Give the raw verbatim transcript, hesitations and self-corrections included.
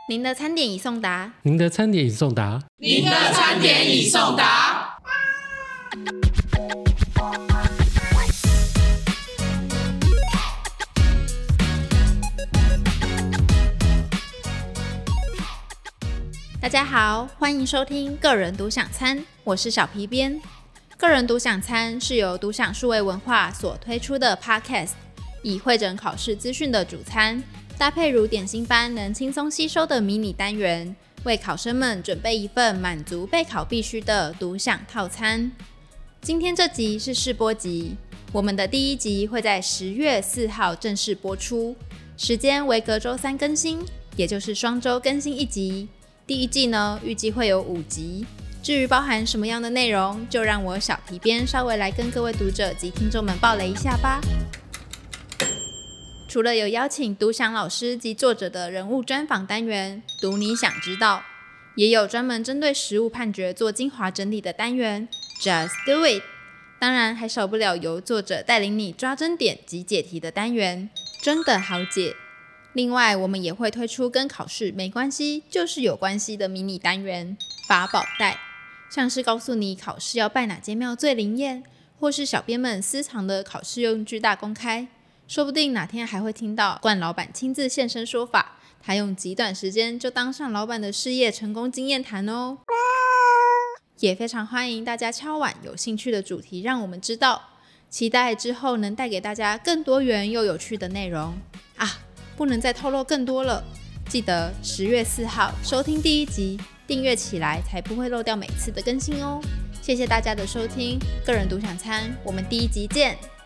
您的餐点已送达。 您的餐点已送达。 您的餐点已送达。 大家好，欢迎收听个人独享餐，我是小皮鞭。个人独享餐是由独享数位文化所推出的 Podcast， 以汇整考试资讯的主餐，搭配如点心般能轻松吸收的迷你单元，为考生们准备一份满足备考必须的独享套餐。今天这集是试播集，我们的第一集会在十月四号正式播出，时间为隔周三更新，也就是双周更新一集。第一季呢，预计会有五集。至于包含什么样的内容，就让我小皮鞭稍微来跟各位读者及听众们爆雷一下吧。除了有邀请独享老师及作者的人物专访单元读你想知道，也有专门针对实务判决做精华整理的单元 Just Do It， 当然还少不了由作者带领你抓真点及解题的单元真的好解。另外我们也会推出跟考试没关系就是有关系的迷你单元法宝袋，像是告诉你考试要拜哪间庙最灵验，或是小编们私藏的考试用具大公开，说不定哪天还会听到冠老板亲自现身说法，他用极短时间就当上老板的事业成功经验谈哦。也非常欢迎大家敲碗有兴趣的主题让我们知道，期待之后能带给大家更多元又有趣的内容啊！不能再透露更多了，记得十月四号收听第一集，订阅起来才不会漏掉每次的更新哦。谢谢大家的收听，个人独享餐，我们第一集见。